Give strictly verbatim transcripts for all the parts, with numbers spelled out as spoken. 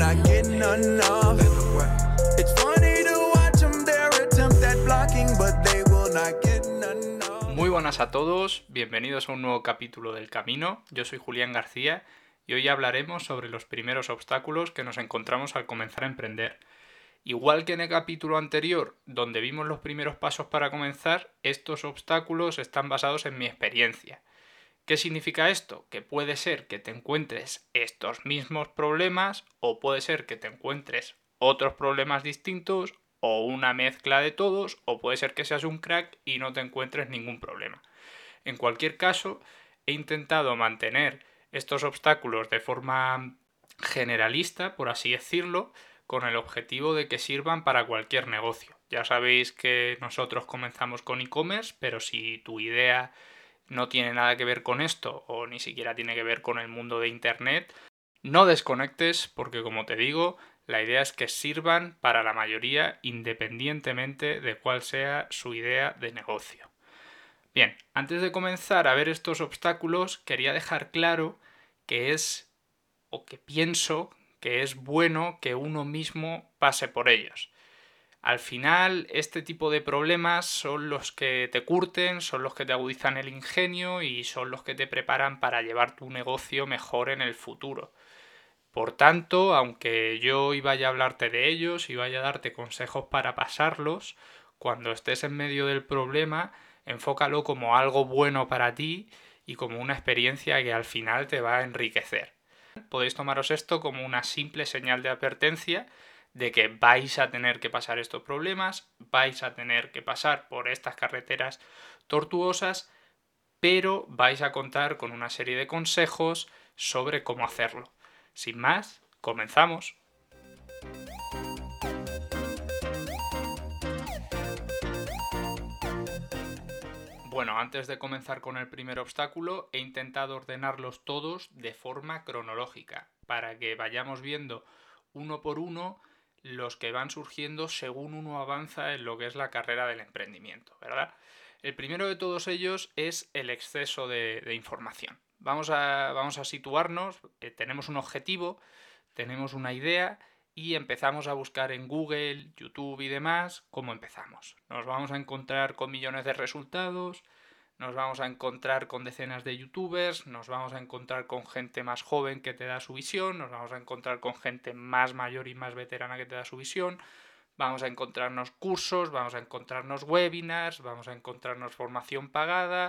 not getting enough. It's funny to watch them, their attempt at blocking, but they will not get enough. Muy buenas a todos, bienvenidos a un nuevo capítulo del Camino. Yo soy Julián García y hoy hablaremos sobre los primeros obstáculos que nos encontramos al comenzar a emprender. Igual que en el capítulo anterior, donde vimos los primeros pasos para comenzar, estos obstáculos están basados en mi experiencia. ¿Qué significa esto? Que puede ser que te encuentres estos mismos problemas o puede ser que te encuentres otros problemas distintos o una mezcla de todos o puede ser que seas un crack y no te encuentres ningún problema. En cualquier caso, he intentado mantener estos obstáculos de forma generalista, por así decirlo, con el objetivo de que sirvan para cualquier negocio. Ya sabéis que nosotros comenzamos con e-commerce, pero si tu idea no tiene nada que ver con esto o ni siquiera tiene que ver con el mundo de Internet, no desconectes porque, como te digo, la idea es que sirvan para la mayoría independientemente de cuál sea su idea de negocio. Bien, antes de comenzar a ver estos obstáculos, quería dejar claro que es, o que pienso que es bueno que uno mismo pase por ellos. Al final, este tipo de problemas son los que te curten, son los que te agudizan el ingenio y son los que te preparan para llevar tu negocio mejor en el futuro. Por tanto, aunque yo iba a hablarte de ellos y vaya a darte consejos para pasarlos, cuando estés en medio del problema, enfócalo como algo bueno para ti y como una experiencia que al final te va a enriquecer. Podéis tomaros esto como una simple señal de advertencia de que vais a tener que pasar estos problemas, vais a tener que pasar por estas carreteras tortuosas, pero vais a contar con una serie de consejos sobre cómo hacerlo. Sin más, comenzamos. Bueno, antes de comenzar con el primer obstáculo, he intentado ordenarlos todos de forma cronológica, para que vayamos viendo uno por uno los que van surgiendo según uno avanza en lo que es la carrera del emprendimiento, ¿verdad? El primero de todos ellos es el exceso de, de información. Vamos a, vamos a situarnos, eh, tenemos un objetivo, tenemos una idea y empezamos a buscar en Google, YouTube y demás cómo empezamos. Nos vamos a encontrar con millones de resultados, nos vamos a encontrar con decenas de youtubers, nos vamos a encontrar con gente más joven que te da su visión, nos vamos a encontrar con gente más mayor y más veterana que te da su visión, vamos a encontrarnos cursos, vamos a encontrarnos webinars, vamos a encontrarnos formación pagada,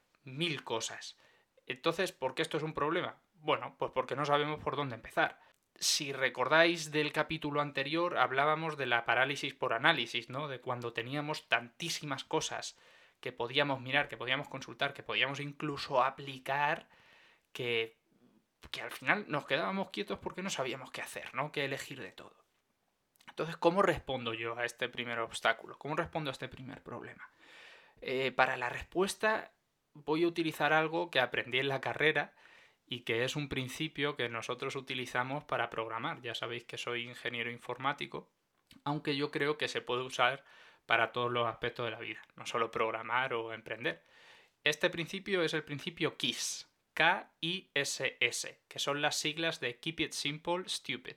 mil cosas. Entonces, ¿por qué esto es un problema? Bueno, pues porque no sabemos por dónde empezar. Si recordáis del capítulo anterior, hablábamos de la parálisis por análisis, ¿no? De cuando teníamos tantísimas cosas que podíamos mirar, que podíamos consultar, que podíamos incluso aplicar, que, que al final nos quedábamos quietos porque no sabíamos qué hacer, ¿no? Qué elegir de todo. Entonces, ¿cómo respondo yo a este primer obstáculo? ¿Cómo respondo a este primer problema? Eh, para la respuesta voy a utilizar algo que aprendí en la carrera y que es un principio que nosotros utilizamos para programar. Ya sabéis que soy ingeniero informático, aunque yo creo que se puede usar para todos los aspectos de la vida, no solo programar o emprender. Este principio es el principio KISS, K I S S, que son las siglas de Keep It Simple, Stupid,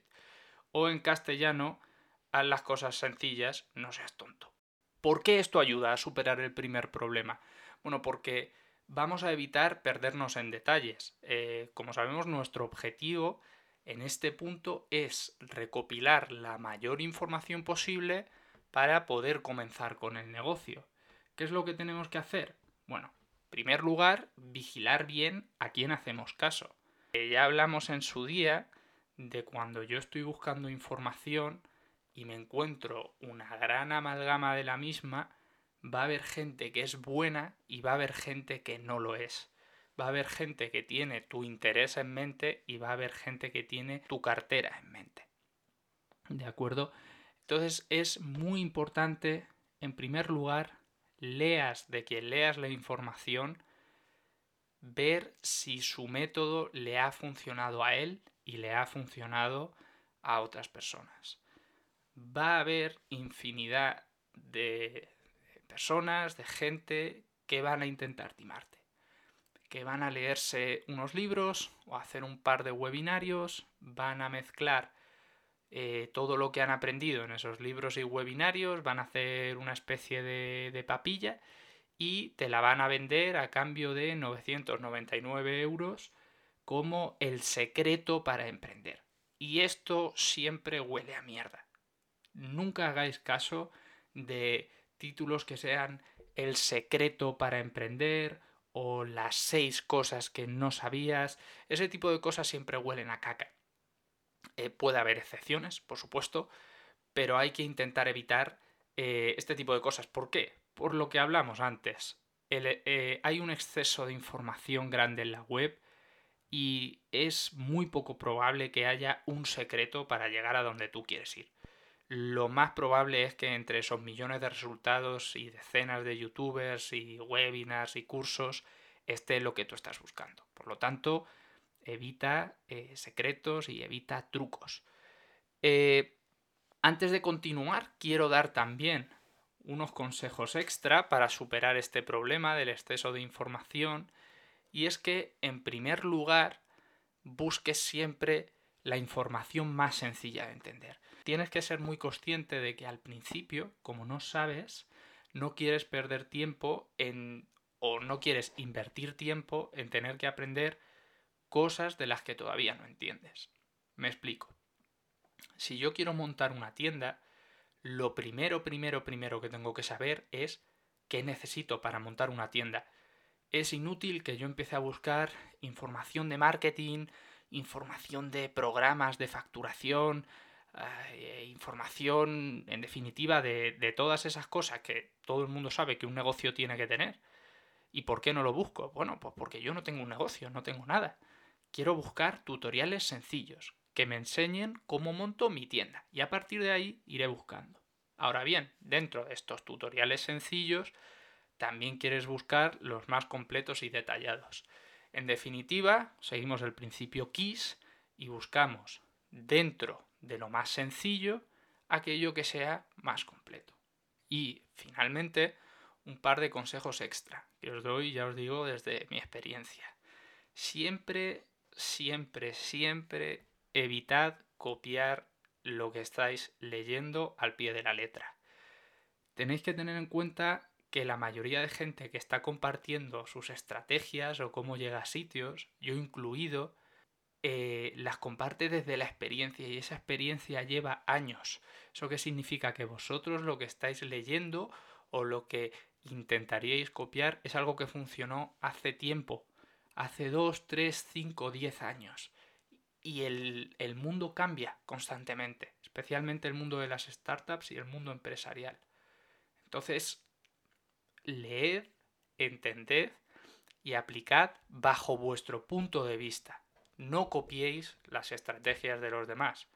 o en castellano, haz las cosas sencillas, no seas tonto. ¿Por qué esto ayuda a superar el primer problema? Bueno, porque vamos a evitar perdernos en detalles. Eh, como sabemos, nuestro objetivo en este punto es recopilar la mayor información posible para poder comenzar con el negocio. ¿Qué es lo que tenemos que hacer? Bueno, en primer lugar, vigilar bien a quién hacemos caso. Eh, ya hablamos en su día de cuando yo estoy buscando información y me encuentro una gran amalgama de la misma, va a haber gente que es buena y va a haber gente que no lo es. Va a haber gente que tiene tu interés en mente y va a haber gente que tiene tu cartera en mente. ¿De acuerdo? Entonces es muy importante, en primer lugar, leas de quien leas la información, ver si su método le ha funcionado a él y le ha funcionado a otras personas. Va a haber infinidad de personas, de gente que van a intentar timarte, que van a leerse unos libros o hacer un par de webinarios, van a mezclar eh, todo lo que han aprendido en esos libros y webinarios, van a hacer una especie de, de papilla y te la van a vender a cambio de novecientos noventa y nueve euros como el secreto para emprender. Y esto siempre huele a mierda. Nunca hagáis caso de títulos que sean el secreto para emprender o las seis cosas que no sabías. Ese tipo de cosas siempre huelen a caca. Eh, puede haber excepciones, por supuesto, pero hay que intentar evitar eh, este tipo de cosas. ¿Por qué? Por lo que hablamos antes. El, eh, hay un exceso de información grande en la web y es muy poco probable que haya un secreto para llegar a donde tú quieres ir. Lo más probable es que entre esos millones de resultados y decenas de youtubers y webinars y cursos esté lo que tú estás buscando. Por lo tanto, evita eh, secretos y evita trucos. Eh, antes de continuar, quiero dar también unos consejos extra para superar este problema del exceso de información, y es que, en primer lugar, busques siempre la información más sencilla de entender. Tienes que ser muy consciente de que al principio, como no sabes, no quieres perder tiempo en o no quieres invertir tiempo en tener que aprender cosas de las que todavía no entiendes. Me explico. Si yo quiero montar una tienda, lo primero, primero, primero que tengo que saber es qué necesito para montar una tienda. Es inútil que yo empiece a buscar información de marketing, información de programas de facturación, eh, información, en definitiva, de, de todas esas cosas que todo el mundo sabe que un negocio tiene que tener. ¿Y por qué no lo busco? Bueno, pues porque yo no tengo un negocio, no tengo nada. Quiero buscar tutoriales sencillos que me enseñen cómo monto mi tienda y a partir de ahí iré buscando. Ahora bien, dentro de estos tutoriales sencillos, también quieres buscar los más completos y detallados. En definitiva, seguimos el principio KISS y buscamos dentro de lo más sencillo aquello que sea más completo. Y finalmente, un par de consejos extra que os doy, ya os digo, desde mi experiencia. Siempre, siempre, siempre evitad copiar lo que estáis leyendo al pie de la letra. Tenéis que tener en cuenta que la mayoría de gente que está compartiendo sus estrategias o cómo llega a sitios, yo incluido, eh, las comparte desde la experiencia y esa experiencia lleva años. ¿Eso qué significa? Que vosotros lo que estáis leyendo o lo que intentaríais copiar es algo que funcionó hace tiempo, hace dos, tres, cinco, diez años. Y el, el mundo cambia constantemente, especialmente el mundo de las startups y el mundo empresarial. Entonces, leed, entended y aplicad bajo vuestro punto de vista. No copiéis las estrategias de los demás.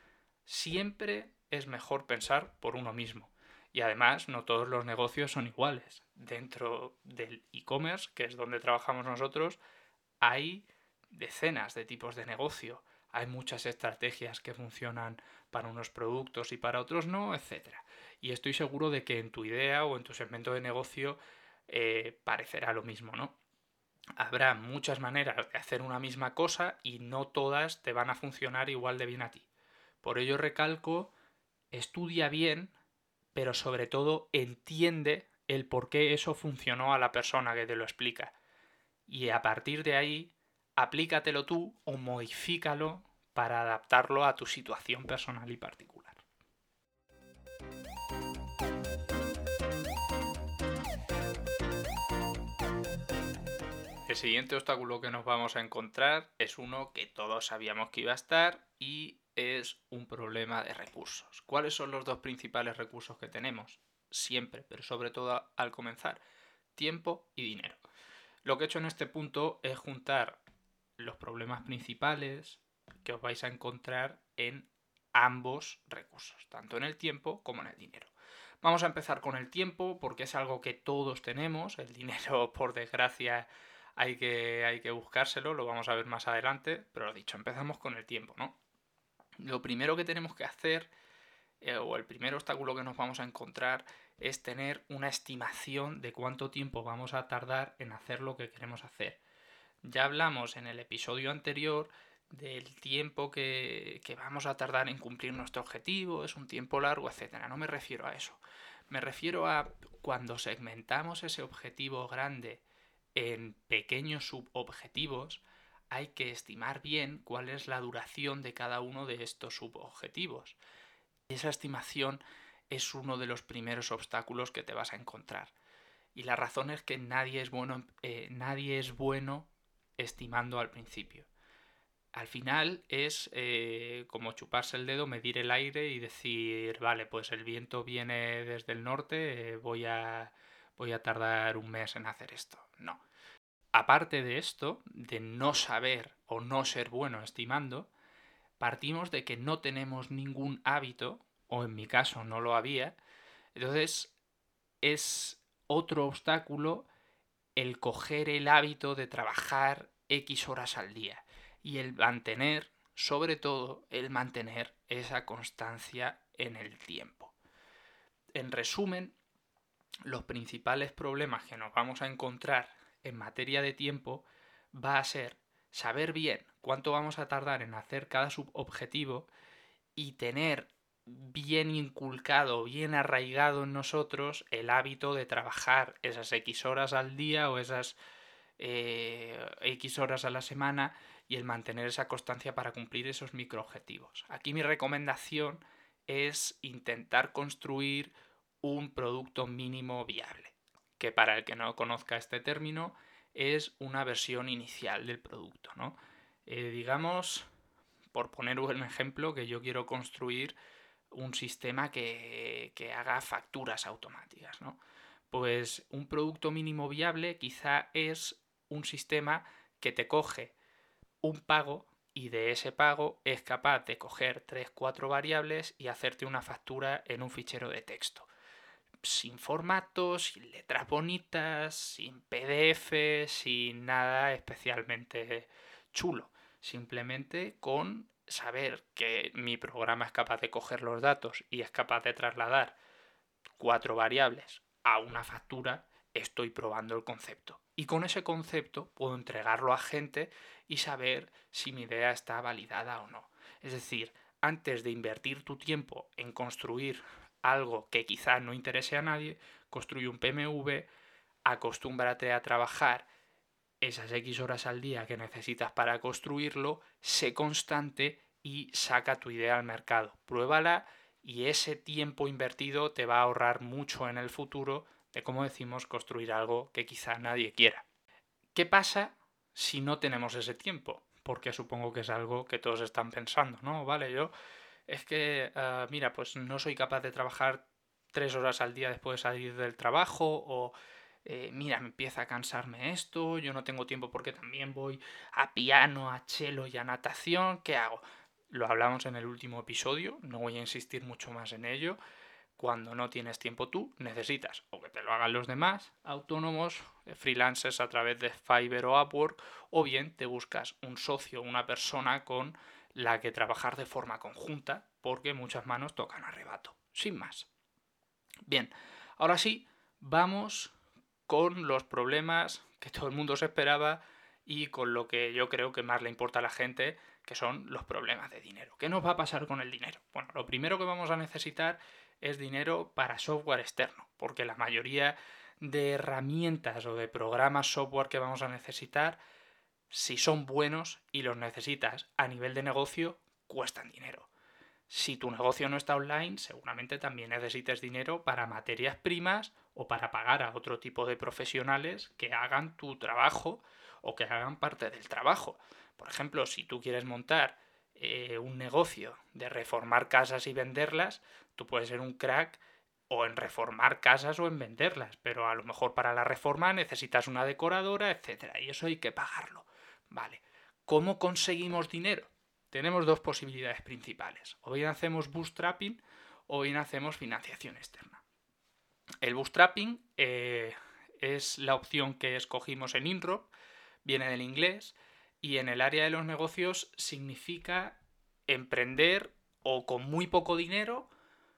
Siempre es mejor pensar por uno mismo. Y además, no todos los negocios son iguales. Dentro del e-commerce, que es donde trabajamos nosotros, hay decenas de tipos de negocio. Hay muchas estrategias que funcionan para unos productos y para otros no, etcétera. Y estoy seguro de que en tu idea o en tu segmento de negocio eh, parecerá lo mismo, ¿no? Habrá muchas maneras de hacer una misma cosa y no todas te van a funcionar igual de bien a ti. Por ello recalco, estudia bien, pero sobre todo entiende el por qué eso funcionó a la persona que te lo explica. Y a partir de ahí, aplícatelo tú o modifícalo para adaptarlo a tu situación personal y particular. El siguiente obstáculo que nos vamos a encontrar es uno que todos sabíamos que iba a estar y es un problema de recursos. ¿Cuáles son los dos principales recursos que tenemos? Siempre, pero sobre todo al comenzar, tiempo y dinero. Lo que he hecho en este punto es juntar los problemas principales que os vais a encontrar en ambos recursos, tanto en el tiempo como en el dinero. Vamos a empezar con el tiempo porque es algo que todos tenemos. El dinero, por desgracia, hay que, hay que buscárselo, lo vamos a ver más adelante, pero lo dicho, empezamos con el tiempo, ¿no? Lo primero que tenemos que hacer, eh, o el primer obstáculo que nos vamos a encontrar, es tener una estimación de cuánto tiempo vamos a tardar en hacer lo que queremos hacer. Ya hablamos en el episodio anterior del tiempo que, que vamos a tardar en cumplir nuestro objetivo, es un tiempo largo, etcétera. No me refiero a eso. Me refiero a cuando segmentamos ese objetivo grande en pequeños subobjetivos, hay que estimar bien cuál es la duración de cada uno de estos subobjetivos. Esa estimación es uno de los primeros obstáculos que te vas a encontrar. Y la razón es que nadie es bueno, eh, nadie es bueno estimando al principio. Al final es eh, como chuparse el dedo, medir el aire y decir, vale, pues el viento viene desde el norte, eh, voy a, voy a tardar un mes en hacer esto. No. Aparte de esto, de no saber o no ser bueno estimando, partimos de que no tenemos ningún hábito, o en mi caso no lo había, entonces es otro obstáculo el coger el hábito de trabajar X horas al día y el mantener, sobre todo, el mantener esa constancia en el tiempo. En resumen, los principales problemas que nos vamos a encontrar en materia de tiempo va a ser saber bien cuánto vamos a tardar en hacer cada subobjetivo y tener bien inculcado, bien arraigado en nosotros el hábito de trabajar esas X horas al día o esas eh, X horas a la semana y el mantener esa constancia para cumplir esos microobjetivos. Aquí mi recomendación es intentar construir un producto mínimo viable, que para el que no conozca este término es una versión inicial del producto, ¿no? Eh, digamos, por poner un ejemplo, que yo quiero construir un sistema que, que haga facturas automáticas, ¿no? Pues un producto mínimo viable quizá es un sistema que te coge un pago y de ese pago es capaz de coger tres cuatro variables y hacerte una factura en un fichero de texto. Sin formatos, sin letras bonitas, sin P D F, sin nada especialmente chulo. Simplemente con saber que mi programa es capaz de coger los datos y es capaz de trasladar cuatro variables a una factura, estoy probando el concepto. Y con ese concepto puedo entregarlo a gente y saber si mi idea está validada o no. Es decir, antes de invertir tu tiempo en construir algo que quizá no interese a nadie, construye un P M V, acostúmbrate a trabajar esas X horas al día que necesitas para construirlo, sé constante y saca tu idea al mercado. Pruébala y ese tiempo invertido te va a ahorrar mucho en el futuro de, como decimos, construir algo que quizá nadie quiera. ¿Qué pasa si no tenemos ese tiempo? Porque supongo que es algo que todos están pensando, ¿no? Vale, yo es que, uh, mira, pues no soy capaz de trabajar tres horas al día después de salir del trabajo o eh, mira, me empieza a cansarme esto, yo no tengo tiempo porque también voy a piano, a cello y a natación, ¿qué hago? Lo hablamos en el último episodio, no voy a insistir mucho más en ello. Cuando no tienes tiempo tú, necesitas o que te lo hagan los demás, autónomos, freelancers a través de Fiverr o Upwork, o bien te buscas un socio, una persona con la que trabajar de forma conjunta, porque muchas manos tocan a rebato, sin más. Bien, ahora sí, vamos con los problemas que todo el mundo se esperaba y con lo que yo creo que más le importa a la gente, que son los problemas de dinero. ¿Qué nos va a pasar con el dinero? Bueno, lo primero que vamos a necesitar es dinero para software externo, porque la mayoría de herramientas o de programas software que vamos a necesitar, si son buenos y los necesitas a nivel de negocio, cuestan dinero. Si tu negocio no está online, seguramente también necesites dinero para materias primas o para pagar a otro tipo de profesionales que hagan tu trabajo o que hagan parte del trabajo. Por ejemplo, si tú quieres montar eh, un negocio de reformar casas y venderlas, tú puedes ser un crack o en reformar casas o en venderlas, pero a lo mejor para la reforma necesitas una decoradora, etcétera, y eso hay que pagarlo. Vale, ¿cómo conseguimos dinero? Tenemos dos posibilidades principales. O bien hacemos bootstrapping o bien hacemos financiación externa. El bootstrapping eh, es la opción que escogimos en Inrock, viene del inglés, y en el área de los negocios significa emprender o con muy poco dinero,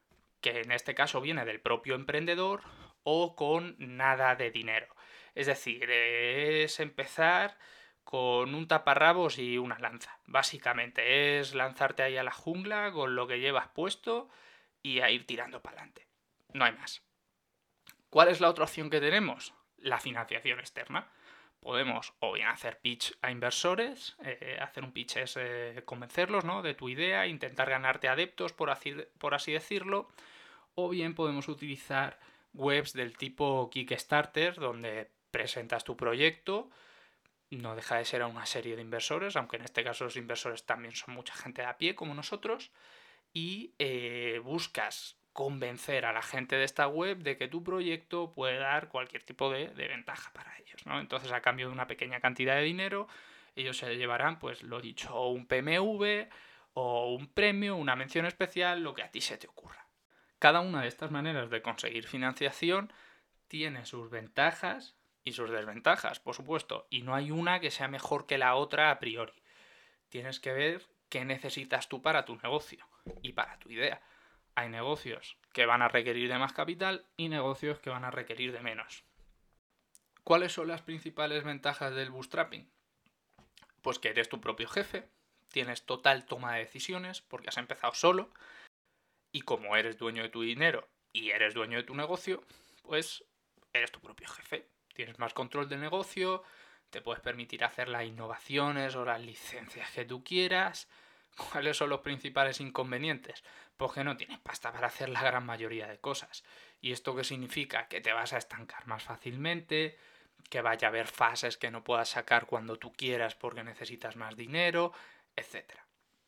que en este caso viene del propio emprendedor, o con nada de dinero. Es decir, es empezar con un taparrabos y una lanza. Básicamente es lanzarte ahí a la jungla con lo que llevas puesto y a ir tirando para adelante. No hay más. ¿Cuál es la otra opción que tenemos? La financiación externa. Podemos o bien hacer pitch a inversores, eh, hacer un pitch es eh, convencerlos, ¿no?, de tu idea, intentar ganarte adeptos, por así, por así decirlo, o bien podemos utilizar webs del tipo Kickstarter, donde presentas tu proyecto, no deja de ser a una serie de inversores, aunque en este caso los inversores también son mucha gente de a pie como nosotros, y eh, buscas convencer a la gente de esta web de que tu proyecto puede dar cualquier tipo de, de ventaja para ellos, ¿no? Entonces, a cambio de una pequeña cantidad de dinero, ellos se llevarán, pues lo dicho, un P M V o un premio, una mención especial, lo que a ti se te ocurra. Cada una de estas maneras de conseguir financiación tiene sus ventajas y sus desventajas, por supuesto, y no hay una que sea mejor que la otra a priori. Tienes que ver qué necesitas tú para tu negocio y para tu idea. Hay negocios que van a requerir de más capital y negocios que van a requerir de menos. ¿Cuáles son las principales ventajas del bootstrapping? Pues que eres tu propio jefe, tienes total toma de decisiones porque has empezado solo y como eres dueño de tu dinero y eres dueño de tu negocio, pues eres tu propio jefe. Tienes más control del negocio, te puedes permitir hacer las innovaciones o las licencias que tú quieras. ¿Cuáles son los principales inconvenientes? Pues que no tienes pasta para hacer la gran mayoría de cosas. ¿Y esto qué significa? Que te vas a estancar más fácilmente, que vaya a haber fases que no puedas sacar cuando tú quieras porque necesitas más dinero, etcétera.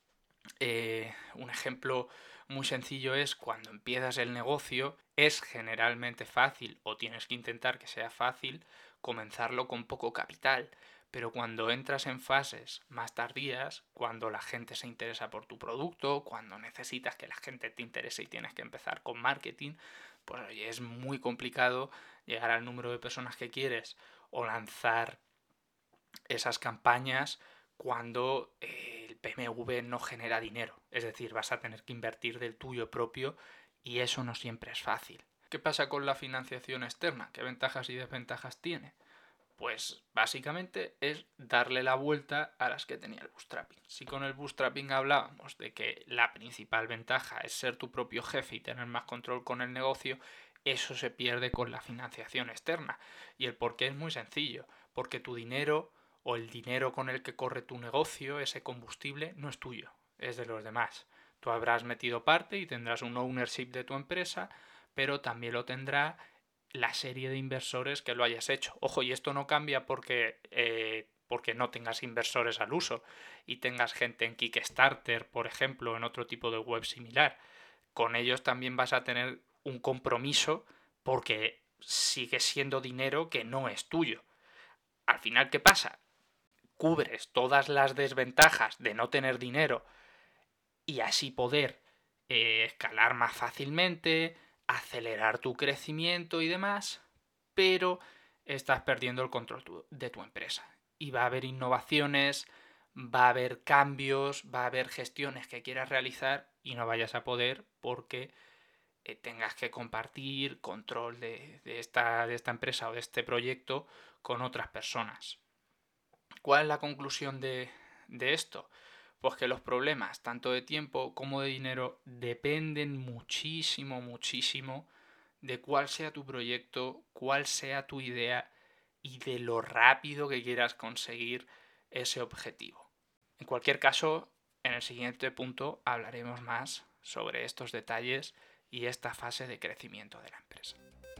Eh, un ejemplo muy sencillo es cuando empiezas el negocio, es generalmente fácil, o tienes que intentar que sea fácil, comenzarlo con poco capital. Pero cuando entras en fases más tardías, cuando la gente se interesa por tu producto, cuando necesitas que la gente te interese y tienes que empezar con marketing, pues oye, es muy complicado llegar al número de personas que quieres o lanzar esas campañas cuando eh, el P M V no genera dinero. Es decir, vas a tener que invertir del tuyo propio y eso no siempre es fácil. ¿Qué pasa con la financiación externa? ¿Qué ventajas y desventajas tiene? Pues básicamente es darle la vuelta a las que tenía el bootstrapping. Si con el bootstrapping hablábamos de que la principal ventaja es ser tu propio jefe y tener más control con el negocio, eso se pierde con la financiación externa. Y el porqué es muy sencillo, porque tu dinero o el dinero con el que corre tu negocio, ese combustible, no es tuyo, es de los demás. Tú habrás metido parte y tendrás un ownership de tu empresa, pero también lo tendrá la serie de inversores que lo hayas hecho. Ojo, y esto no cambia porque, eh, porque no tengas inversores al uso y tengas gente en Kickstarter, por ejemplo, en otro tipo de web similar. Con ellos también vas a tener un compromiso porque sigue siendo dinero que no es tuyo. Al final, ¿qué pasa? Cubres todas las desventajas de no tener dinero y así poder eh, escalar más fácilmente, acelerar tu crecimiento y demás, pero estás perdiendo el control tu, de tu empresa. Y va a haber innovaciones, va a haber cambios, va a haber gestiones que quieras realizar y no vayas a poder porque eh, tengas que compartir control de, de, esta, de esta empresa o de este proyecto con otras personas. ¿Cuál es la conclusión de, de esto? Pues que los problemas, tanto de tiempo como de dinero, dependen muchísimo, muchísimo de cuál sea tu proyecto, cuál sea tu idea y de lo rápido que quieras conseguir ese objetivo. En cualquier caso, en el siguiente punto hablaremos más sobre estos detalles y esta fase de crecimiento de la empresa.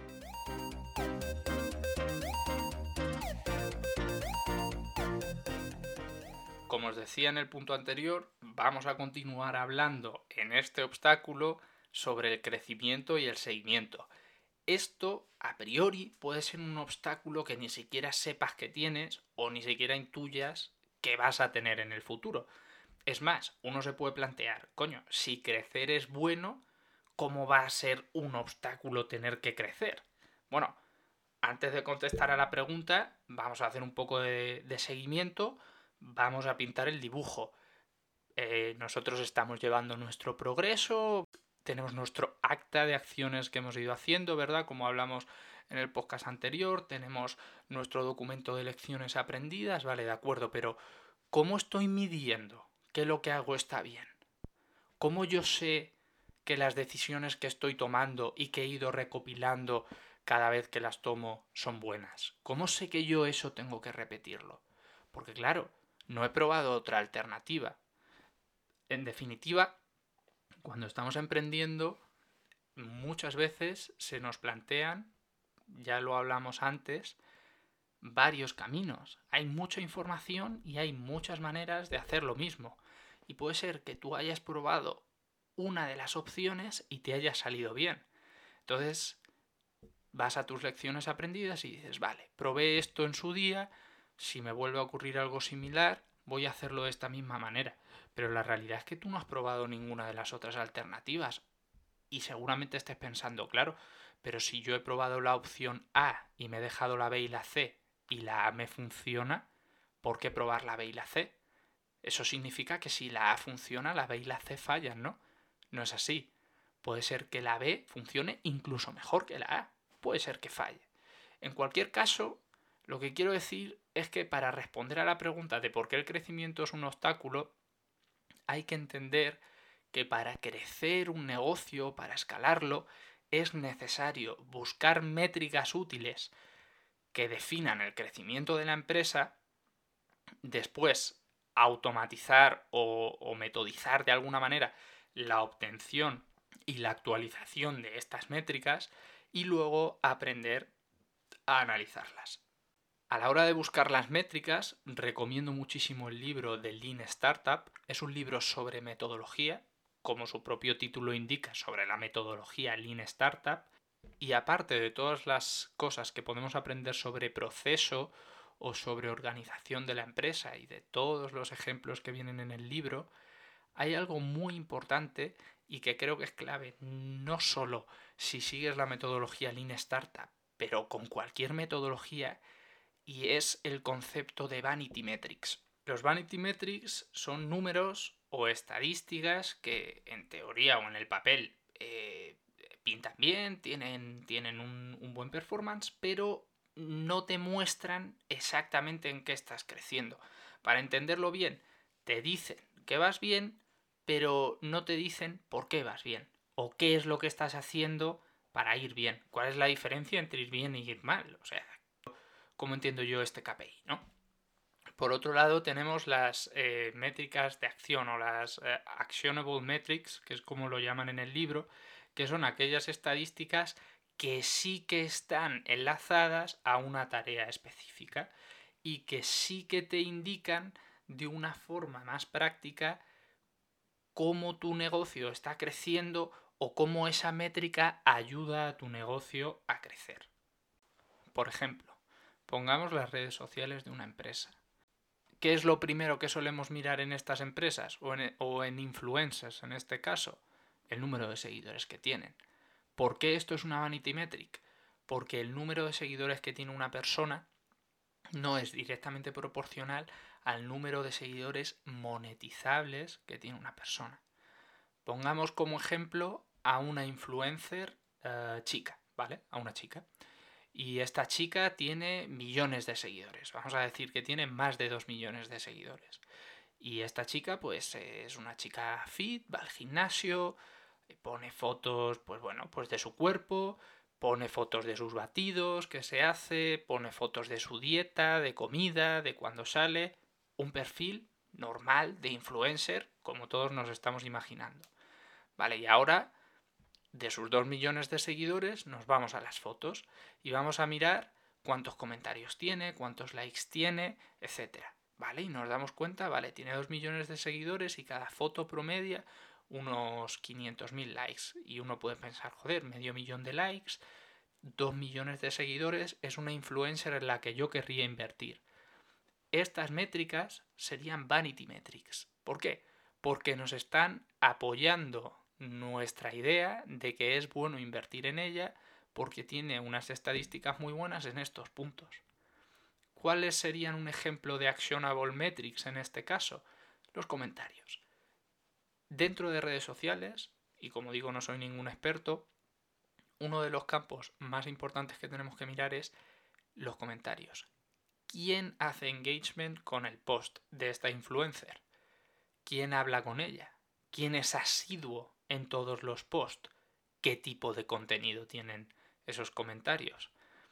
Como os decía en el punto anterior, vamos a continuar hablando en este obstáculo sobre el crecimiento y el seguimiento. Esto, a priori, puede ser un obstáculo que ni siquiera sepas que tienes o ni siquiera intuyas que vas a tener en el futuro. Es más, uno se puede plantear, coño, si crecer es bueno, ¿cómo va a ser un obstáculo tener que crecer? Bueno, antes de contestar a la pregunta, vamos a hacer un poco de, de seguimiento. Vamos a pintar el dibujo. Eh, nosotros estamos llevando nuestro progreso, tenemos nuestro acta de acciones que hemos ido haciendo, ¿verdad? Como hablamos en el podcast anterior, tenemos nuestro documento de lecciones aprendidas, vale, de acuerdo, pero ¿cómo estoy midiendo que lo que hago está bien? ¿Cómo yo sé que las decisiones que estoy tomando y que he ido recopilando cada vez que las tomo son buenas? ¿Cómo sé que yo eso tengo que repetirlo? Porque claro, no he probado otra alternativa. En definitiva, cuando estamos emprendiendo, muchas veces se nos plantean, ya lo hablamos antes, varios caminos. Hay mucha información y hay muchas maneras de hacer lo mismo. Y puede ser que tú hayas probado una de las opciones y te haya salido bien. Entonces, vas a tus lecciones aprendidas y dices, vale, probé esto en su día, si me vuelve a ocurrir algo similar, voy a hacerlo de esta misma manera. Pero la realidad es que tú no has probado ninguna de las otras alternativas. Y seguramente estés pensando, claro, pero si yo he probado la opción A y me he dejado la B y la C y la A me funciona, ¿por qué probar la B y la C? Eso significa que si la A funciona, la B y la C fallan, ¿no? No es así. Puede ser que la B funcione incluso mejor que la A. Puede ser que falle. En cualquier caso, lo que quiero decir es que para responder a la pregunta de por qué el crecimiento es un obstáculo, hay que entender que para crecer un negocio, para escalarlo, es necesario buscar métricas útiles que definan el crecimiento de la empresa, después automatizar o, o metodizar de alguna manera la obtención y la actualización de estas métricas y luego aprender a analizarlas. A la hora de buscar las métricas, recomiendo muchísimo el libro de Lean Startup. Es un libro sobre metodología, como su propio título indica, sobre la metodología Lean Startup. Y aparte de todas las cosas que podemos aprender sobre proceso o sobre organización de la empresa y de todos los ejemplos que vienen en el libro, hay algo muy importante y que creo que es clave, no solo si sigues la metodología Lean Startup, pero con cualquier metodología, y es el concepto de Vanity Metrics. Los Vanity Metrics son números o estadísticas que en teoría o en el papel eh, pintan bien, tienen, tienen un, un buen performance, pero no te muestran exactamente en qué estás creciendo. Para entenderlo bien, te dicen que vas bien, pero no te dicen por qué vas bien o qué es lo que estás haciendo para ir bien. ¿Cuál es la diferencia entre ir bien y ir mal? O sea, ¿cómo entiendo yo este K P I, ¿no? Por otro lado, tenemos las eh, métricas de acción o las eh, actionable metrics, que es como lo llaman en el libro, que son aquellas estadísticas que sí que están enlazadas a una tarea específica y que sí que te indican de una forma más práctica cómo tu negocio está creciendo o cómo esa métrica ayuda a tu negocio a crecer. Por ejemplo, pongamos las redes sociales de una empresa. ¿Qué es lo primero que solemos mirar en estas empresas o en, o en influencers en este caso? El número de seguidores que tienen. ¿Por qué esto es una vanity metric? Porque el número de seguidores que tiene una persona no es directamente proporcional al número de seguidores monetizables que tiene una persona. Pongamos como ejemplo a una influencer uh, chica, ¿vale? A una chica. Y esta chica tiene millones de seguidores. Vamos a decir que tiene más de dos millones de seguidores. Y esta chica, pues, es una chica fit, va al gimnasio, pone fotos, pues bueno, pues de su cuerpo, pone fotos de sus batidos que se hace, pone fotos de su dieta, de comida, de cuando sale. Un perfil normal de influencer, como todos nos estamos imaginando. Vale, y ahora, de sus dos millones de seguidores, nos vamos a las fotos y vamos a mirar cuántos comentarios tiene, cuántos likes tiene, etcétera. Vale, y nos damos cuenta, vale, tiene dos millones de seguidores y cada foto promedia unos quinientos mil likes. Y uno puede pensar, joder, medio millón de likes, dos millones de seguidores, es una influencer en la que yo querría invertir. Estas métricas serían vanity metrics. ¿Por qué? Porque nos están apoyando nuestra idea de que es bueno invertir en ella porque tiene unas estadísticas muy buenas en estos puntos. ¿Cuáles serían un ejemplo de actionable metrics en este caso? Los comentarios. Dentro de redes sociales, y como digo no soy ningún experto, uno de los campos más importantes que tenemos que mirar es los comentarios. ¿Quién hace engagement con el post de esta influencer? ¿Quién habla con ella? ¿Quién es asiduo en todos los posts? ¿Qué tipo de contenido tienen esos comentarios?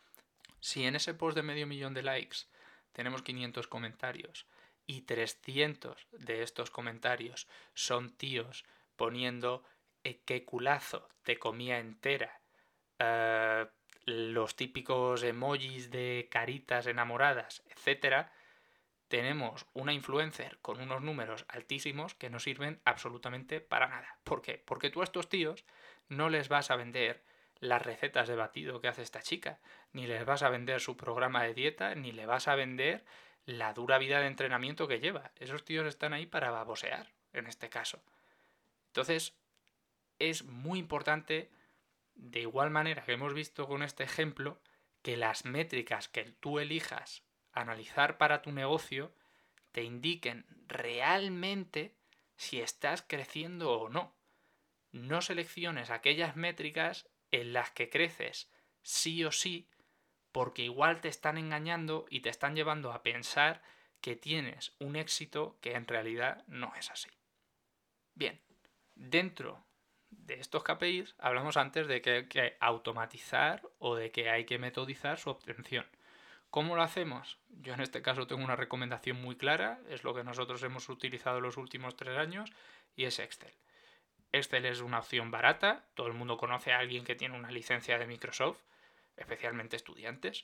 Si en ese post de medio millón de likes tenemos quinientos comentarios y trescientos de estos comentarios son tíos poniendo eh, qué culazo, te comía entera, uh, los típicos emojis de caritas enamoradas, etcétera, tenemos una influencer con unos números altísimos que no sirven absolutamente para nada. ¿Por qué? Porque tú a estos tíos no les vas a vender las recetas de batido que hace esta chica, ni les vas a vender su programa de dieta, ni le vas a vender la dura vida de entrenamiento que lleva. Esos tíos están ahí para babosear, en este caso. Entonces, es muy importante, de igual manera que hemos visto con este ejemplo, que las métricas que tú elijas analizar para tu negocio te indiquen realmente si estás creciendo o no. No selecciones aquellas métricas en las que creces sí o sí, porque igual te están engañando y te están llevando a pensar que tienes un éxito que en realidad no es así. Bien, dentro de estos K P Is hablamos antes de que hay que automatizar o de que hay que metodizar su obtención. ¿Cómo lo hacemos? Yo en este caso tengo una recomendación muy clara, es lo que nosotros hemos utilizado los últimos tres años y es Excel. Excel es una opción barata, todo el mundo conoce a alguien que tiene una licencia de Microsoft, especialmente estudiantes,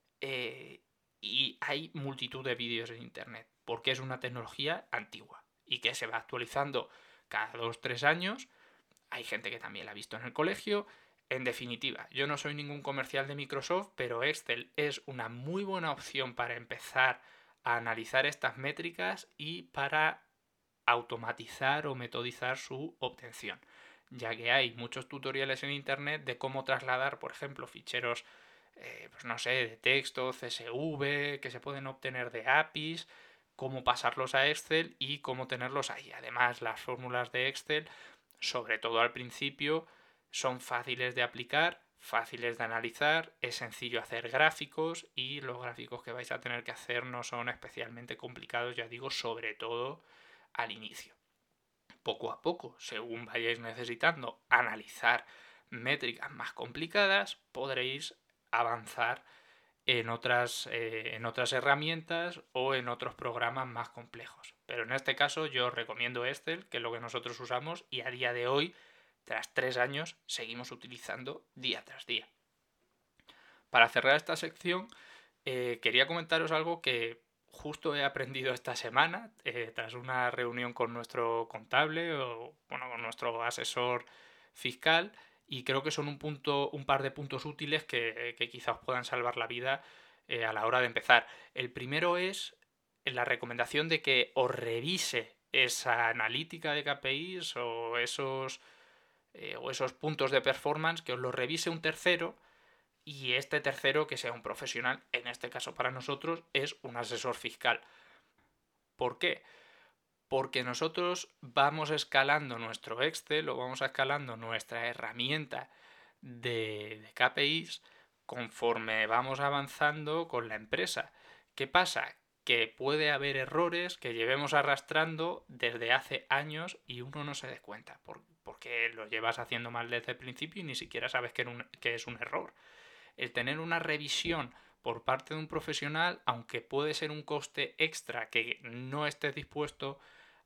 eh, y hay multitud de vídeos en internet, porque es una tecnología antigua y que se va actualizando cada dos o tres años. Hay gente que también la ha visto en el colegio. En definitiva, yo no soy ningún comercial de Microsoft, pero Excel es una muy buena opción para empezar a analizar estas métricas y para automatizar o metodizar su obtención, ya que hay muchos tutoriales en internet de cómo trasladar, por ejemplo, ficheros, eh, pues no sé, de texto, C S V, que se pueden obtener de A P Is, cómo pasarlos a Excel y cómo tenerlos ahí. Además, las fórmulas de Excel, sobre todo al principio, son fáciles de aplicar, fáciles de analizar, es sencillo hacer gráficos y los gráficos que vais a tener que hacer no son especialmente complicados, ya digo, sobre todo al inicio. Poco a poco, según vayáis necesitando analizar métricas más complicadas, podréis avanzar en otras, eh, en otras herramientas o en otros programas más complejos. Pero en este caso yo os recomiendo Excel, que es lo que nosotros usamos y a día de hoy, tras tres años, seguimos utilizando día tras día. Para cerrar esta sección, eh, quería comentaros algo que justo he aprendido esta semana, eh, tras una reunión con nuestro contable o bueno, con nuestro asesor fiscal, y creo que son un punto, un par de puntos útiles que, que quizá os puedan salvar la vida eh, a la hora de empezar. El primero es la recomendación de que os revise esa analítica de K P Is o esos, eh, o esos puntos de performance, que os lo revise un tercero. Y este tercero, que sea un profesional, en este caso para nosotros, es un asesor fiscal. ¿Por qué? Porque nosotros vamos escalando nuestro Excel o vamos escalando nuestra herramienta de, de K P Is conforme vamos avanzando con la empresa. ¿Qué pasa? Que puede haber errores que llevemos arrastrando desde hace años y uno no se dé cuenta, porque lo llevas haciendo mal desde el principio y ni siquiera sabes que es un error. El tener una revisión por parte de un profesional, aunque puede ser un coste extra que no estés dispuesto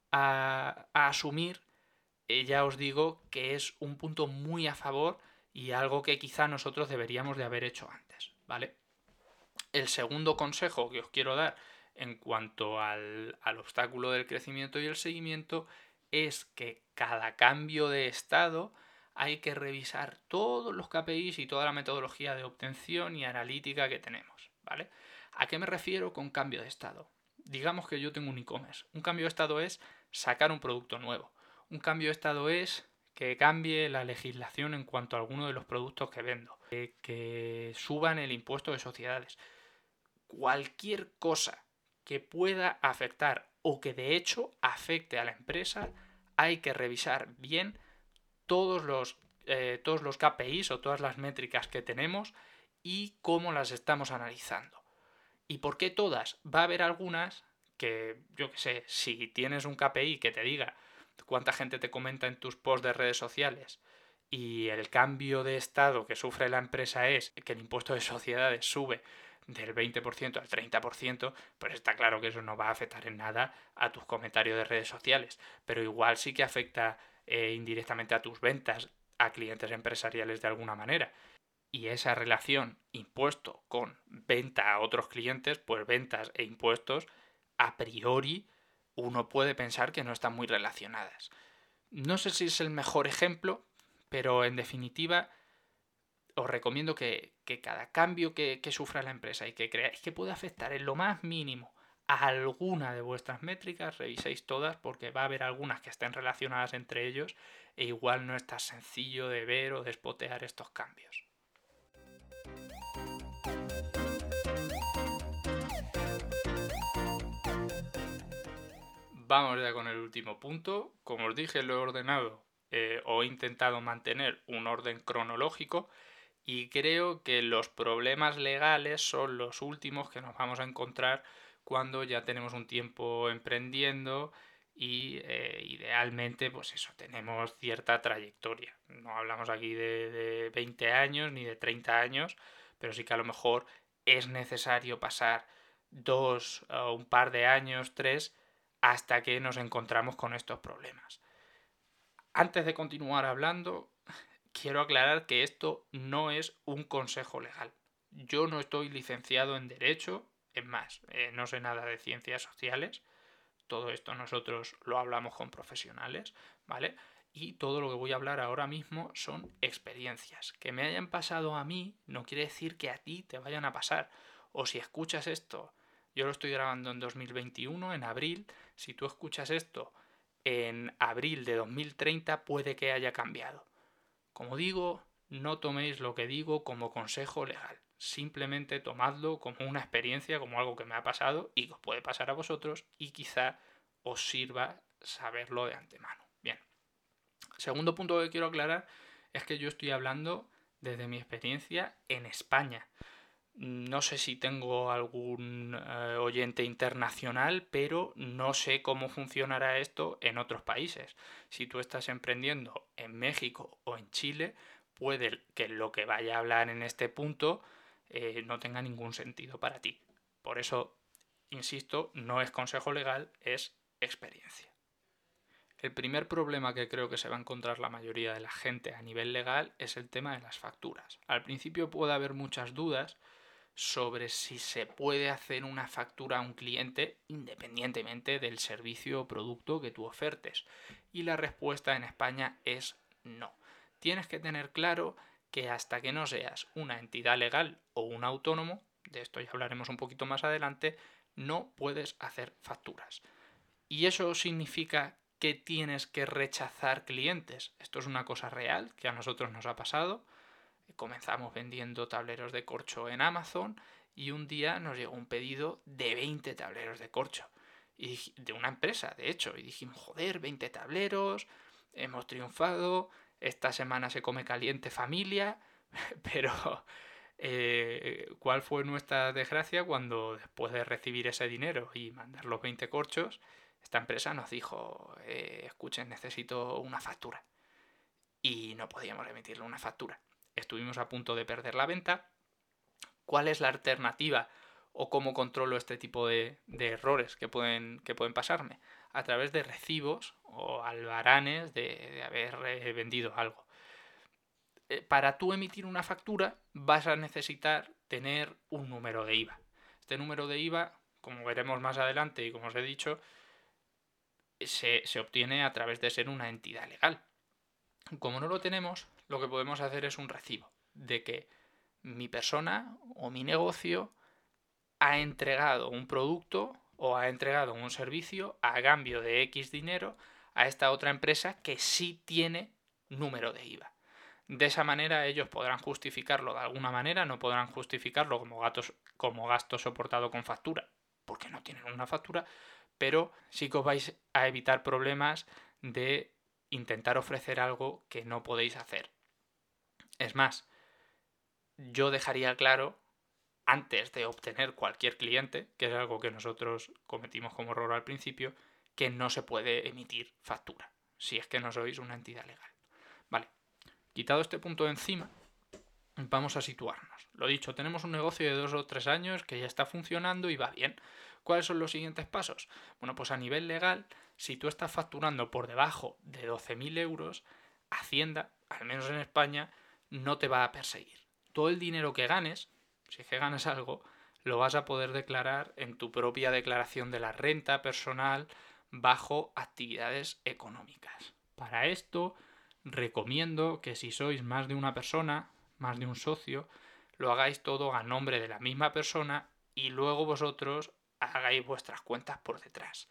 a, a asumir, eh, ya os digo que es un punto muy a favor y algo que quizá nosotros deberíamos de haber hecho antes, ¿vale? El segundo consejo que os quiero dar en cuanto al, al obstáculo del crecimiento y el seguimiento es que cada cambio de estado hay que revisar todos los K P Is y toda la metodología de obtención y analítica que tenemos, ¿vale? ¿A qué me refiero con cambio de estado? Digamos que yo tengo un e-commerce. Un cambio de estado es sacar un producto nuevo. Un cambio de estado es que cambie la legislación en cuanto a alguno de los productos que vendo. Que, que suban el impuesto de sociedades. Cualquier cosa que pueda afectar o que de hecho afecte a la empresa, hay que revisar bien todos los eh, todos los K P Is o todas las métricas que tenemos y cómo las estamos analizando. ¿Y por qué todas? Va a haber algunas que, yo qué sé, si tienes un K P I que te diga cuánta gente te comenta en tus posts de redes sociales y el cambio de estado que sufre la empresa es que el impuesto de sociedades sube del veinte por ciento al treinta por ciento, pues está claro que eso no va a afectar en nada a tus comentarios de redes sociales, pero igual sí que afecta eh, indirectamente a tus ventas a clientes empresariales de alguna manera. Y esa relación impuesto con venta a otros clientes, pues ventas e impuestos, a priori uno puede pensar que no están muy relacionadas. No sé si es el mejor ejemplo, pero en definitiva os recomiendo que, que cada cambio que, que sufra la empresa y que creáis que puede afectar en lo más mínimo a alguna de vuestras métricas, reviséis todas porque va a haber algunas que estén relacionadas entre ellos e igual no es tan sencillo de ver o despotear estos cambios. Vamos ya con el último punto. Como os dije, lo he ordenado eh, o he intentado mantener un orden cronológico y creo que los problemas legales son los últimos que nos vamos a encontrar cuando ya tenemos un tiempo emprendiendo y eh, idealmente pues eso, tenemos cierta trayectoria. No hablamos aquí de, de veinte años ni de treinta años, pero sí que a lo mejor es necesario pasar dos o un par de años, tres, hasta que nos encontramos con estos problemas. Antes de continuar hablando, quiero aclarar que esto no es un consejo legal. Yo no estoy licenciado en Derecho, es más, eh, no sé nada de ciencias sociales. Todo esto nosotros lo hablamos con profesionales, ¿vale? Y todo lo que voy a hablar ahora mismo son experiencias. Que me hayan pasado a mí no quiere decir que a ti te vayan a pasar. O si escuchas esto, yo lo estoy grabando en dos mil veintiuno, en abril, si tú escuchas esto en abril de dos mil treinta puede que haya cambiado. Como digo, no toméis lo que digo como consejo legal. Simplemente tomadlo como una experiencia, como algo que me ha pasado y que os puede pasar a vosotros y quizá os sirva saberlo de antemano. Bien. Segundo punto que quiero aclarar es que yo estoy hablando desde mi experiencia en España. No sé si tengo algún eh, oyente internacional, pero no sé cómo funcionará esto en otros países. Si tú estás emprendiendo en México o en Chile, puede que lo que vaya a hablar en este punto eh, no tenga ningún sentido para ti. Por eso, insisto, no es consejo legal, es experiencia. El primer problema que creo que se va a encontrar la mayoría de la gente a nivel legal es el tema de las facturas. Al principio puede haber muchas dudas sobre si se puede hacer una factura a un cliente independientemente del servicio o producto que tú ofertes. Y la respuesta en España es no. Tienes que tener claro que hasta que no seas una entidad legal o un autónomo, de esto ya hablaremos un poquito más adelante, no puedes hacer facturas. Y eso significa que tienes que rechazar clientes. Esto es una cosa real que a nosotros nos ha pasado. Comenzamos vendiendo tableros de corcho en Amazon y un día nos llegó un pedido de veinte tableros de corcho. Y de una empresa, de hecho. Y dijimos, joder, veinte tableros, hemos triunfado, esta semana se come caliente familia. Pero, eh, ¿cuál fue nuestra desgracia cuando después de recibir ese dinero y mandar los veinte corchos, esta empresa nos dijo, eh, escuchen, necesito una factura? Y no podíamos emitirle una factura. Estuvimos a punto de perder la venta. ¿Cuál es la alternativa o cómo controlo este tipo de, de errores que pueden, que pueden pasarme? A través de recibos o albaranes de, de haber eh, vendido algo. Eh, para tú emitir una factura vas a necesitar tener un número de I V A. Este número de I V A, como veremos más adelante y como os he dicho, se, se obtiene a través de ser una entidad legal. Como no lo tenemos, lo que podemos hacer es un recibo de que mi persona o mi negocio ha entregado un producto o ha entregado un servicio a cambio de X dinero a esta otra empresa que sí tiene número de I V A. De esa manera ellos podrán justificarlo de alguna manera, no podrán justificarlo como, gatos, como gasto soportado con factura, porque no tienen una factura, pero sí que os vais a evitar problemas de intentar ofrecer algo que no podéis hacer. Es más, yo dejaría claro, antes de obtener cualquier cliente, que es algo que nosotros cometimos como error al principio, que no se puede emitir factura, si es que no sois una entidad legal. Vale, quitado este punto de encima, vamos a situarnos. Lo dicho, tenemos un negocio de dos o tres años que ya está funcionando y va bien. ¿Cuáles son los siguientes pasos? Bueno, pues a nivel legal, si tú estás facturando por debajo de doce mil euros, Hacienda, al menos en España, no te va a perseguir. Todo el dinero que ganes, si es que ganas algo, lo vas a poder declarar en tu propia declaración de la renta personal bajo actividades económicas. Para esto, recomiendo que si sois más de una persona, más de un socio, lo hagáis todo a nombre de la misma persona y luego vosotros hagáis vuestras cuentas por detrás.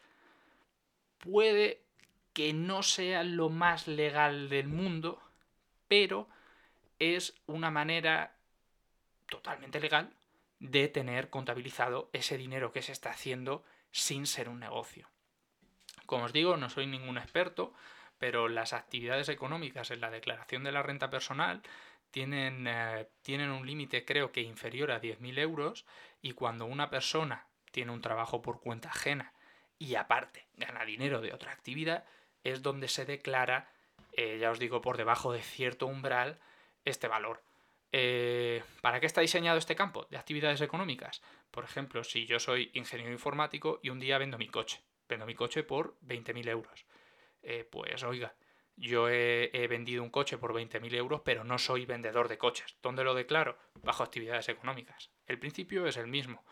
Puede que no sea lo más legal del mundo, pero es una manera totalmente legal de tener contabilizado ese dinero que se está haciendo sin ser un negocio. Como os digo, no soy ningún experto, pero las actividades económicas en la declaración de la renta personal tienen, eh, tienen un límite creo que inferior a diez mil euros, y cuando una persona tiene un trabajo por cuenta ajena y aparte gana dinero de otra actividad, es donde se declara, eh, ya os digo, por debajo de cierto umbral este valor. Eh, ¿Para qué está diseñado este campo de actividades económicas? Por ejemplo, si yo soy ingeniero informático y un día vendo mi coche, vendo mi coche por veinte mil euros. Eh, pues oiga, yo he, he vendido un coche por veinte mil euros, pero no soy vendedor de coches. ¿Dónde lo declaro? Bajo actividades económicas. El principio es el mismo.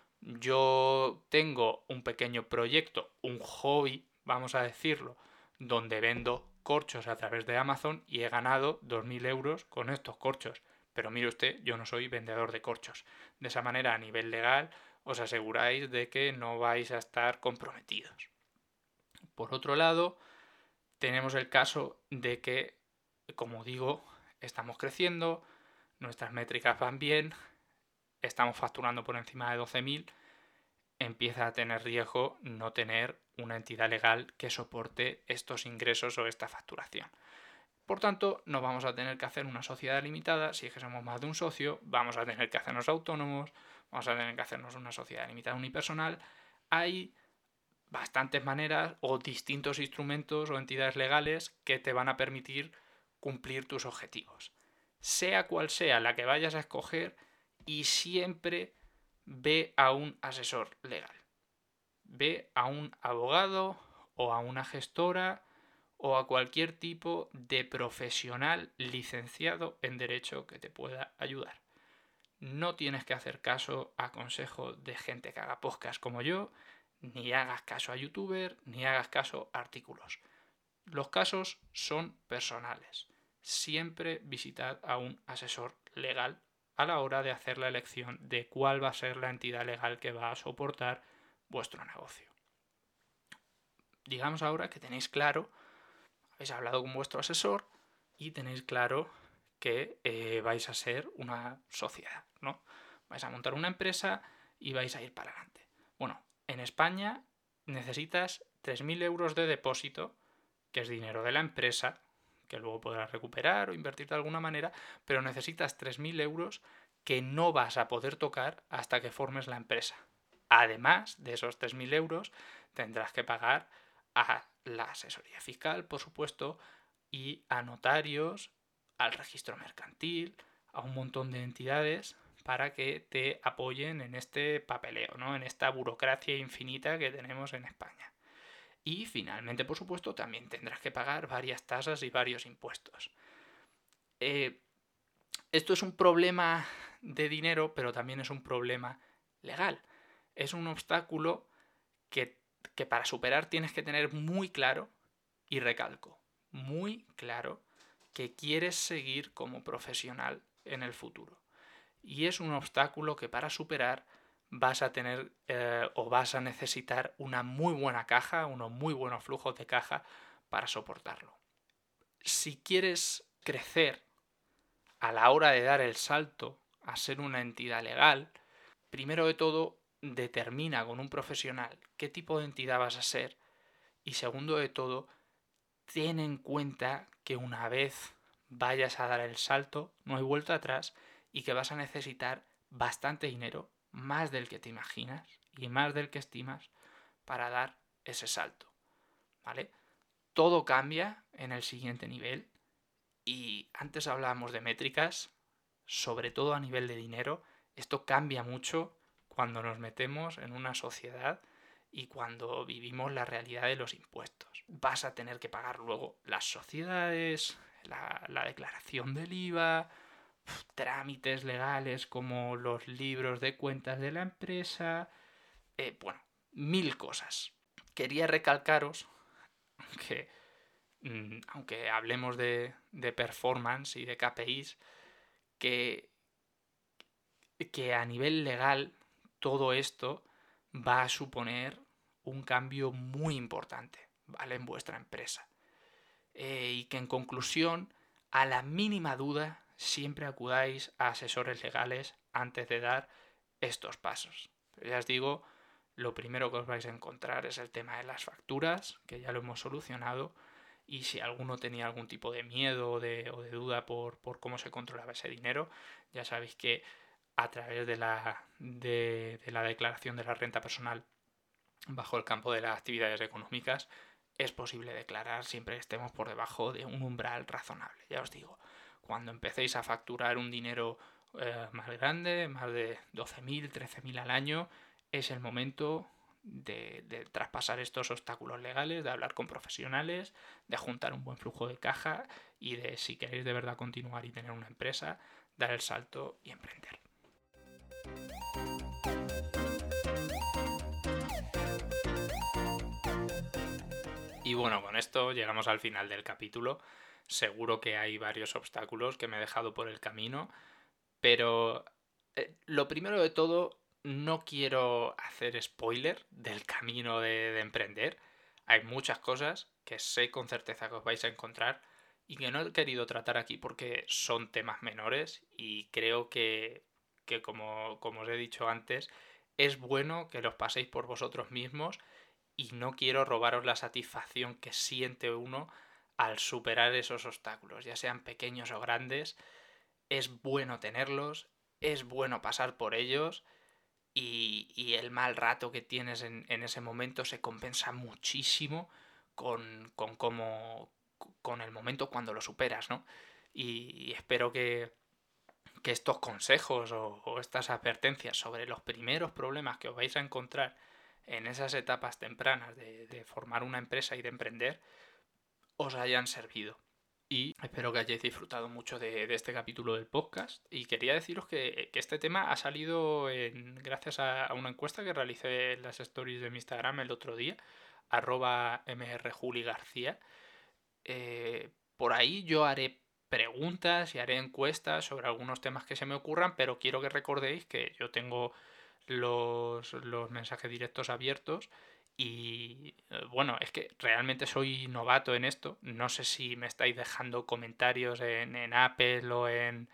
Yo tengo un pequeño proyecto, un hobby, vamos a decirlo, donde vendo corchos a través de Amazon y he ganado dos mil euros con estos corchos. Pero mire usted, yo no soy vendedor de corchos. De esa manera, a nivel legal, os aseguráis de que no vais a estar comprometidos. Por otro lado, tenemos el caso de que, como digo, estamos creciendo, nuestras métricas van bien, estamos facturando por encima de doce mil, empieza a tener riesgo no tener una entidad legal que soporte estos ingresos o esta facturación. Por tanto, no vamos a tener que hacer una sociedad limitada. Si es que somos más de un socio, vamos a tener que hacernos autónomos, vamos a tener que hacernos una sociedad limitada unipersonal. Hay bastantes maneras o distintos instrumentos o entidades legales que te van a permitir cumplir tus objetivos. Sea cual sea la que vayas a escoger, y siempre ve a un asesor legal. Ve a un abogado o a una gestora o a cualquier tipo de profesional licenciado en derecho que te pueda ayudar. No tienes que hacer caso a consejos de gente que haga podcast como yo, ni hagas caso a youtuber, ni hagas caso a artículos. Los casos son personales. Siempre visitad a un asesor legal a la hora de hacer la elección de cuál va a ser la entidad legal que va a soportar vuestro negocio. Digamos ahora que tenéis claro, habéis hablado con vuestro asesor y tenéis claro que eh, vais a ser una sociedad, ¿no? Vais a montar una empresa y vais a ir para adelante. Bueno, en España necesitas tres mil euros de depósito, que es dinero de la empresa, que luego podrás recuperar o invertir de alguna manera, pero necesitas tres mil euros que no vas a poder tocar hasta que formes la empresa. Además de esos tres mil euros, tendrás que pagar a la asesoría fiscal, por supuesto, y a notarios, al registro mercantil, a un montón de entidades para que te apoyen en este papeleo, ¿no? En esta burocracia infinita que tenemos en España. Y finalmente, por supuesto, también tendrás que pagar varias tasas y varios impuestos. Eh, esto es un problema de dinero, pero también es un problema legal. Es un obstáculo que, que para superar tienes que tener muy claro, y recalco, muy claro, que quieres seguir como profesional en el futuro. Y es un obstáculo que para superar vas a tener eh, o vas a necesitar una muy buena caja, unos muy buenos flujos de caja para soportarlo. Si quieres crecer a la hora de dar el salto a ser una entidad legal, primero de todo determina con un profesional qué tipo de entidad vas a ser, y segundo de todo, ten en cuenta que una vez vayas a dar el salto, no hay vuelta atrás, y que vas a necesitar bastante dinero, más del que te imaginas y más del que estimas, para dar ese salto, ¿vale? Todo cambia en el siguiente nivel, y antes hablábamos de métricas, sobre todo a nivel de dinero. Esto cambia mucho cuando nos metemos en una sociedad y cuando vivimos la realidad de los impuestos. Vas a tener que pagar luego las sociedades, la, la declaración del I V A, trámites legales como los libros de cuentas de la empresa, eh, bueno, mil cosas. Quería recalcaros que, mmm, aunque hablemos de, de performance y de K P Is, que, que a nivel legal todo esto va a suponer un cambio muy importante, ¿vale?, en vuestra empresa. Eh, y que en conclusión, a la mínima duda, siempre acudáis a asesores legales antes de dar estos pasos. Pero ya os digo, lo primero que os vais a encontrar es el tema de las facturas, que ya lo hemos solucionado, y si alguno tenía algún tipo de miedo o de, o de duda por, por cómo se controlaba ese dinero, ya sabéis que a través de la, de, de la declaración de la renta personal bajo el campo de las actividades económicas es posible declarar siempre que estemos por debajo de un umbral razonable. Ya os digo, cuando empecéis a facturar un dinero eh, más grande, más de doce mil, trece mil al año, es el momento de, de traspasar estos obstáculos legales, de hablar con profesionales, de juntar un buen flujo de caja y de, si queréis de verdad continuar y tener una empresa, dar el salto y emprender. Y bueno, con esto llegamos al final del capítulo. Seguro que hay varios obstáculos que me he dejado por el camino, pero eh, lo primero de todo, no quiero hacer spoiler del camino de, de emprender. Hay muchas cosas que sé con certeza que os vais a encontrar y que no he querido tratar aquí porque son temas menores, y creo que, que como, como os he dicho antes, es bueno que los paséis por vosotros mismos, y no quiero robaros la satisfacción que siente uno al superar esos obstáculos, ya sean pequeños o grandes. Es bueno tenerlos, es bueno pasar por ellos, y, y el mal rato que tienes en, en ese momento se compensa muchísimo con, con, cómo, con el momento cuando lo superas, ¿no? Y, y espero que, que estos consejos o, o estas advertencias sobre los primeros problemas que os vais a encontrar en esas etapas tempranas de, de formar una empresa y de emprender os hayan servido. Y espero que hayáis disfrutado mucho de, de este capítulo del podcast. Y quería deciros que, que este tema ha salido en, gracias a, a una encuesta que realicé en las stories de mi Instagram el otro día, arroba mrjuligarcía. Eh, por ahí yo haré preguntas y haré encuestas sobre algunos temas que se me ocurran, pero quiero que recordéis que yo tengo los, los mensajes directos abiertos. Y bueno, es que realmente soy novato en esto. No sé si me estáis dejando comentarios en, en Apple o en,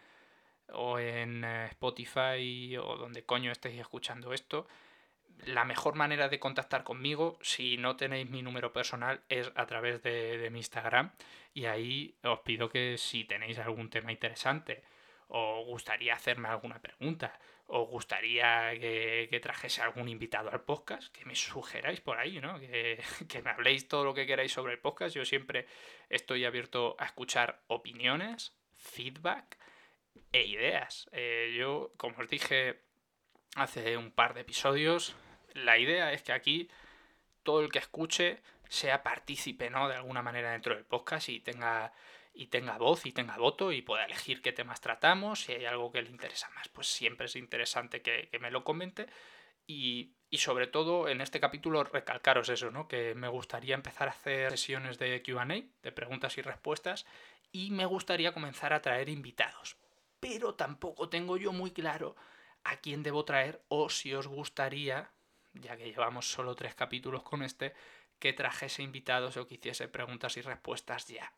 o en Spotify o donde coño estéis escuchando esto. La mejor manera de contactar conmigo, si no tenéis mi número personal, es a través de, de mi Instagram. Y ahí os pido que si tenéis algún tema interesante, o gustaría hacerme alguna pregunta, o gustaría que, que trajese algún invitado al podcast, que me sugeráis por ahí, ¿no? Que, que me habléis todo lo que queráis sobre el podcast. Yo siempre estoy abierto a escuchar opiniones, feedback e ideas. Eh, yo, como os dije hace un par de episodios, la idea es que aquí todo el que escuche sea partícipe, ¿no?, de alguna manera dentro del podcast, y tenga, y tenga voz y tenga voto y pueda elegir qué temas tratamos. Si hay algo que le interesa más, pues siempre es interesante que, que me lo comente. Y, y sobre todo en este capítulo recalcaros eso, ¿no?, que me gustaría empezar a hacer sesiones de Q and A, de preguntas y respuestas, y me gustaría comenzar a traer invitados. Pero tampoco tengo yo muy claro a quién debo traer, o si os gustaría, ya que llevamos solo tres capítulos con este, que trajese invitados o que hiciese preguntas y respuestas ya.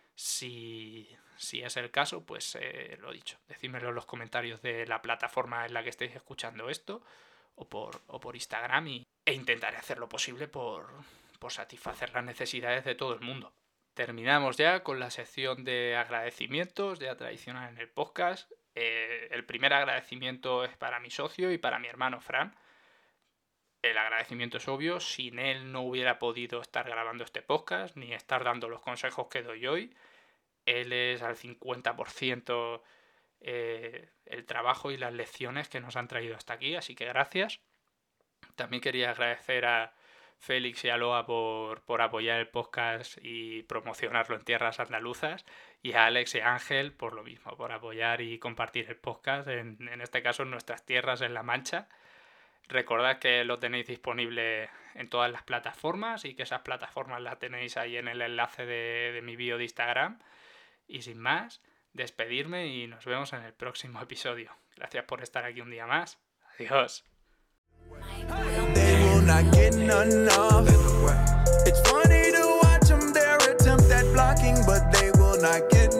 Si, si es el caso, pues eh, lo dicho, decídmelo en los comentarios de la plataforma en la que estéis escuchando esto, o por, o por Instagram, y, e intentaré hacer lo posible por, por satisfacer las necesidades de todo el mundo. terminamos ya con la sección de agradecimientos, ya tradicional en el podcast. Eh, el primer agradecimiento es para mi socio y para mi hermano Fran. El agradecimiento es obvio, sin él no hubiera podido estar grabando este podcast, ni estar dando los consejos que doy hoy. Él es al cincuenta por ciento eh, el trabajo y las lecciones que nos han traído hasta aquí, así que gracias. También quería agradecer a Félix y a Loa por, por apoyar el podcast y promocionarlo en tierras andaluzas, y a Alex y a Ángel por lo mismo, por apoyar y compartir el podcast, en, en este caso en nuestras tierras en La Mancha. Recordad que lo tenéis disponible en todas las plataformas y que esas plataformas las tenéis ahí en el enlace de, de mi bio de Instagram. Y sin más, despedirme y nos vemos en el próximo episodio. Gracias por estar aquí un día más. Adiós. They will not get none off. It's funny to watch them, their attempt at blocking, but they will not get